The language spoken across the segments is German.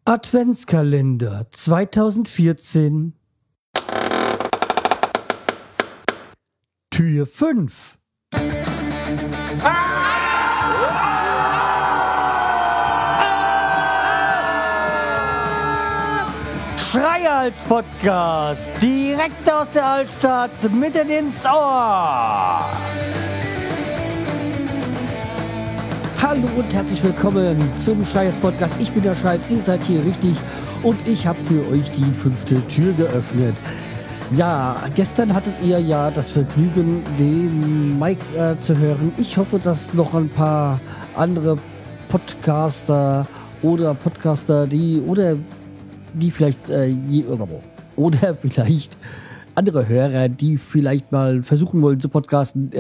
Adventskalender 2014 Tür 5 Schreihals-Podcast, direkt aus der Altstadt, mitten ins Ohr. Hallo und herzlich willkommen zum Schreihals-Podcast. Ich bin der Schreihals, ihr seid hier richtig und ich habe für euch die 5. Tür geöffnet. Ja, gestern hattet ihr ja das Vergnügen, den Mike zu hören. Ich hoffe, dass noch ein paar andere Podcaster, die vielleicht oder vielleicht andere Hörer, die vielleicht mal versuchen wollen zu podcasten,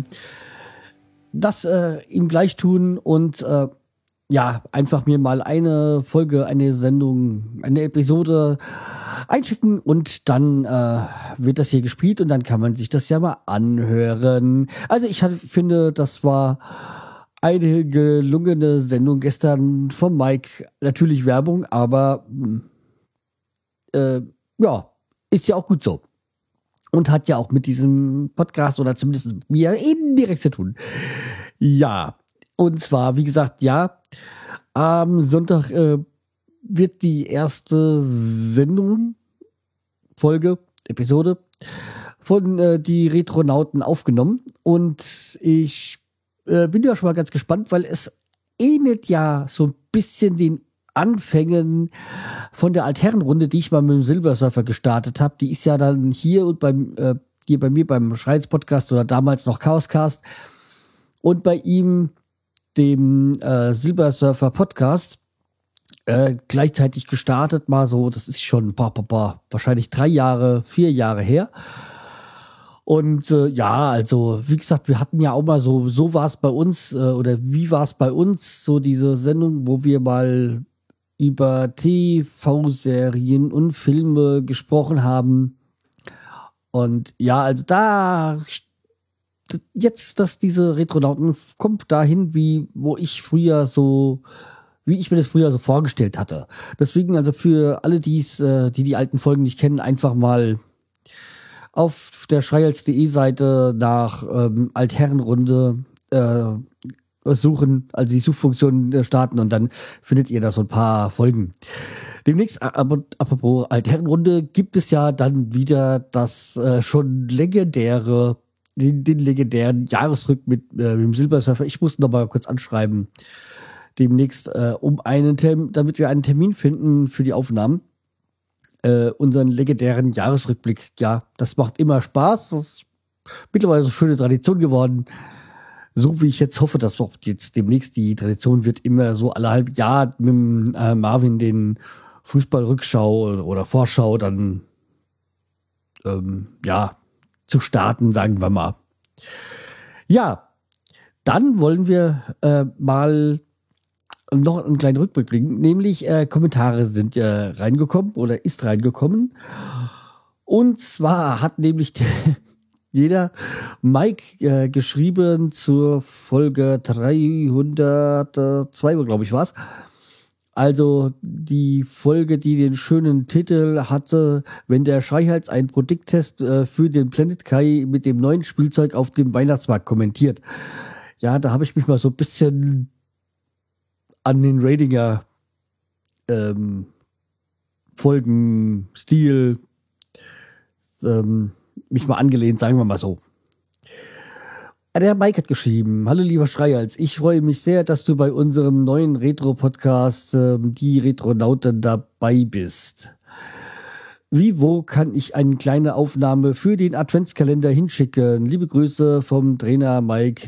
das ihm gleich tun und einfach mir mal eine Folge, eine Sendung, eine Episode einschicken und dann wird das hier gespielt und dann kann man sich das ja mal anhören. Also ich finde, das war eine gelungene Sendung gestern vom Mike. Natürlich Werbung, aber ist ja auch gut so. Und hat ja auch mit diesem Podcast oder zumindest mit mir indirekt zu tun. Ja, und zwar, wie gesagt, am Sonntag wird die erste Sendung, Folge, Episode von die Retronauten aufgenommen. Und ich bin ja schon mal ganz gespannt, weil es ähnelt ja so ein bisschen den Anfängen von der Altherrenrunde, die ich mal mit dem Silbersurfer gestartet habe. Die ist ja dann hier und bei mir beim Schreihals-Podcast oder damals noch Chaoscast und bei ihm, dem Silbersurfer-Podcast, gleichzeitig gestartet, mal so, das ist schon wahrscheinlich 4 Jahre her. Und also wie gesagt, wir hatten ja auch mal so war es bei uns, oder wie war es bei uns, so diese Sendung, wo wir mal über TV-Serien und Filme gesprochen haben. Und ja, also jetzt, dass diese Retronauten kommt dahin, wie ich mir das früher so vorgestellt hatte. Deswegen also für alle, die alten Folgen nicht kennen, einfach mal auf der schreihals.de Seite nach Altherrenrunde suchen, also die Suchfunktion starten und dann findet ihr da so ein paar Folgen. Demnächst, apropos Altherrenrunde, gibt es ja dann wieder das schon legendären legendären Jahresrück mit dem Silbersurfer. Ich muss noch mal kurz anschreiben. Demnächst, damit wir einen Termin finden für die Aufnahmen. Unseren legendären Jahresrückblick. Ja, das macht immer Spaß. Das ist mittlerweile so eine schöne Tradition geworden. So wie ich jetzt hoffe, dass auch jetzt demnächst die Tradition wird, immer so alle halb Jahr mit Marvin den Fußballrückschau oder Vorschau dann zu starten, sagen wir mal. Ja, dann wollen wir mal noch einen kleinen Rückblick bringen, nämlich Kommentare sind reingekommen oder ist reingekommen. Und zwar hat nämlich jeder Mike geschrieben zur Folge 302, glaube ich, war es. Also die Folge, die den schönen Titel hatte, wenn der Schreihals einen Produkttest für den Planet Kai mit dem neuen Spielzeug auf dem Weihnachtsmarkt kommentiert. Ja, da habe ich mich mal so ein bisschen an den Ratinger Folgenstil mich mal angelehnt, sagen wir mal so. Der Mike hat geschrieben: Hallo lieber Schreihals, ich freue mich sehr, dass du bei unserem neuen Retro-Podcast die Retronauten dabei bist. Wo kann ich eine kleine Aufnahme für den Adventskalender hinschicken? Liebe Grüße vom Trainer Mike,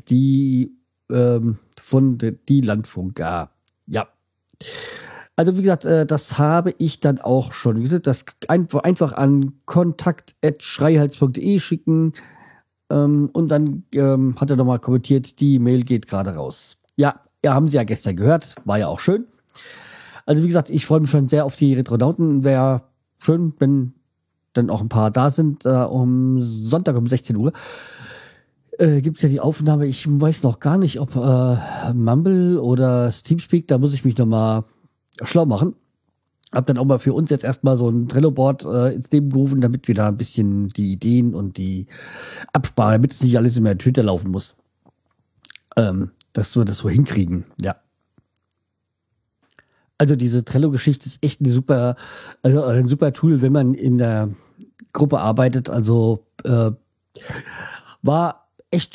von die Landfunker. Ja. Also wie gesagt, das habe ich dann auch schon gesagt. Das einfach an kontakt@schreihals.de schicken. Und dann hat er nochmal kommentiert, die Mail geht gerade raus. Ja, haben Sie ja gestern gehört, war ja auch schön. Also wie gesagt, ich freue mich schon sehr auf die Retronauten. Wäre schön, wenn dann auch ein paar da sind. Am Sonntag um 16 Uhr gibt es ja die Aufnahme. Ich weiß noch gar nicht, ob Mumble oder Teamspeak, da muss ich mich nochmal schlau machen. Hab dann auch mal für uns jetzt erstmal so ein Trello-Board ins Leben gerufen, damit wir da ein bisschen die Ideen und die Absprache, damit es nicht alles über Twitter laufen muss. Dass wir das so hinkriegen, ja. Also diese Trello-Geschichte ist echt ein super Tool, wenn man in der Gruppe arbeitet. Also war echt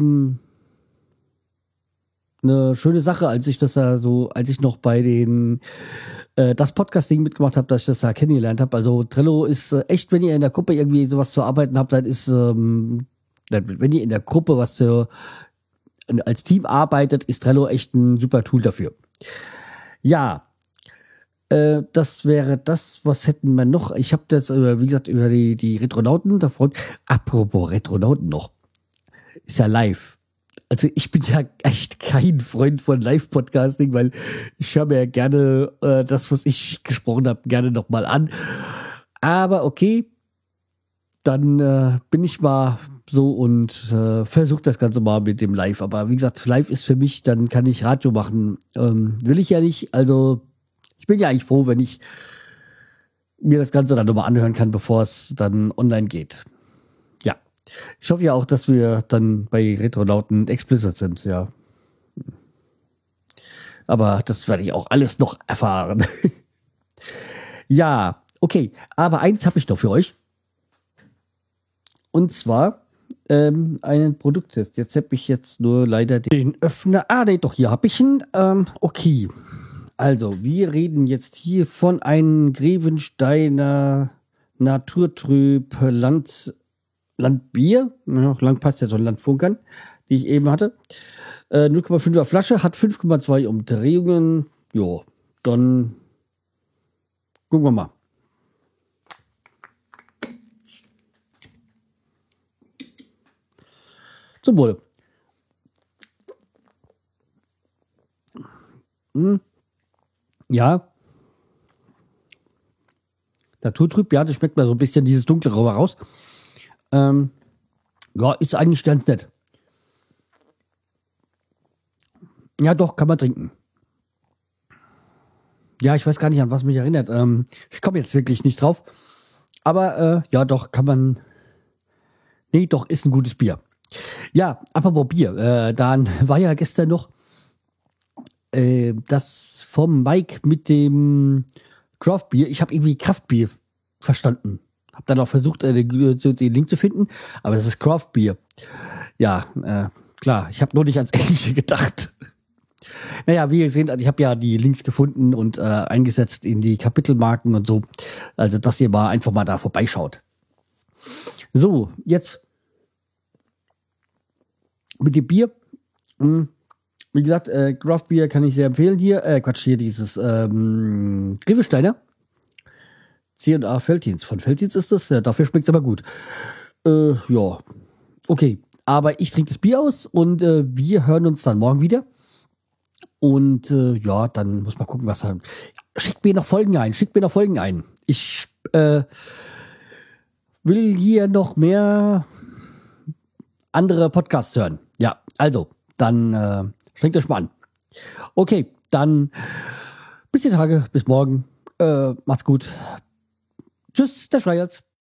eine schöne Sache, als ich noch bei den das Podcasting mitgemacht habe, dass ich das da kennengelernt habe. Also Trello ist echt, wenn ihr in der Gruppe irgendwie sowas zu arbeiten habt, dann ist, wenn ihr in der Gruppe als Team arbeitet, ist Trello echt ein super Tool dafür. Ja, das wäre das, was hätten wir noch? Ich habe jetzt, wie gesagt, über die Retronauten davon. Apropos Retronauten noch. Ist ja live. Also ich bin ja echt kein Freund von Live-Podcasting, weil ich höre mir ja gerne das, was ich gesprochen habe, gerne nochmal an. Aber okay, dann bin ich mal so und versuche das Ganze mal mit dem Live. Aber wie gesagt, Live ist für mich, dann kann ich Radio machen. Will ich ja nicht. Also ich bin ja eigentlich froh, wenn ich mir das Ganze dann nochmal anhören kann, bevor es dann online geht. Ja. Ich hoffe ja auch, dass wir dann bei Retronauten explicit sind, ja. Aber das werde ich auch alles noch erfahren. Ja, okay. Aber eins habe ich noch für euch. Und zwar einen Produkttest. Jetzt habe ich jetzt nur leider den Öffner. Ah, nee, doch, hier habe ich ihn. Okay. Also, wir reden jetzt hier von einem Grevensteiner Naturtrüb Landbier. Ja, lang passt ja so ein Landfunkern, die ich eben hatte. 0,5er Flasche, hat 5,2 Umdrehungen. Jo, dann gucken wir mal. Zum Wohle. Ja. Naturtrüb, ja, das schmeckt mal so ein bisschen dieses Dunklere raus. Ja, ist eigentlich ganz nett. Ja, doch, kann man trinken. Ja, ich weiß gar nicht, an was mich erinnert. Ich komme jetzt wirklich nicht drauf. Aber ja, doch, kann man. Nee, doch, ist ein gutes Bier. Ja, apropos Bier. Dann war ja gestern noch das vom Mike mit dem Craftbier. Ich habe irgendwie Kraftbier verstanden. Hab dann auch versucht, den Link zu finden. Aber das ist Craftbier. Ja, klar. Ich habe nur nicht ans Englische gedacht. Naja, wie ihr seht, ich habe ja die Links gefunden und eingesetzt in die Kapitelmarken und so. Also, dass ihr mal einfach mal da vorbeischaut. So, jetzt mit dem Bier. Wie gesagt, Craft Beer kann ich sehr empfehlen hier. Hier dieses Grevensteiner. C&A Veltins. Von Veltins ist das. Dafür schmeckt es aber gut. Ja, okay. Aber ich trinke das Bier aus und wir hören uns dann morgen wieder. Und ja, dann muss man gucken, was dann. Schickt mir noch Folgen ein. Ich will hier noch mehr andere Podcasts hören. Ja, also, dann strengt euch mal an. Okay, dann bis die Tage, bis morgen. Macht's gut. Tschüss, der Schreihals.